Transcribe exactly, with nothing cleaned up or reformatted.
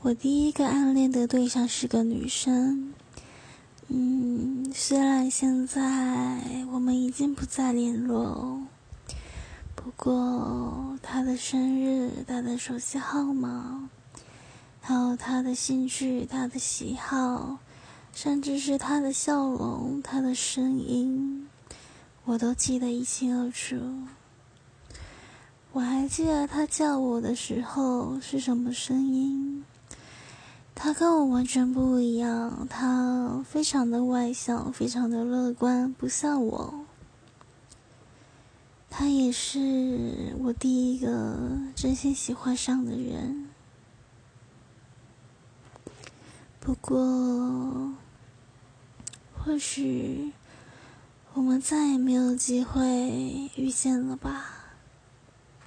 我第一个暗恋的对象是个女生，嗯，虽然现在我们已经不再联络，不过她的生日、她的手机号码，还有她的兴趣、她的喜好，甚至是她的笑容、她的声音，我都记得一清二楚。我还记得她叫我的时候是什么声音。她跟我完全不一样，她非常的外向，非常的乐观，不像我。她也是我第一个真心喜欢上的人。不过，或许我们再也没有机会遇见了吧。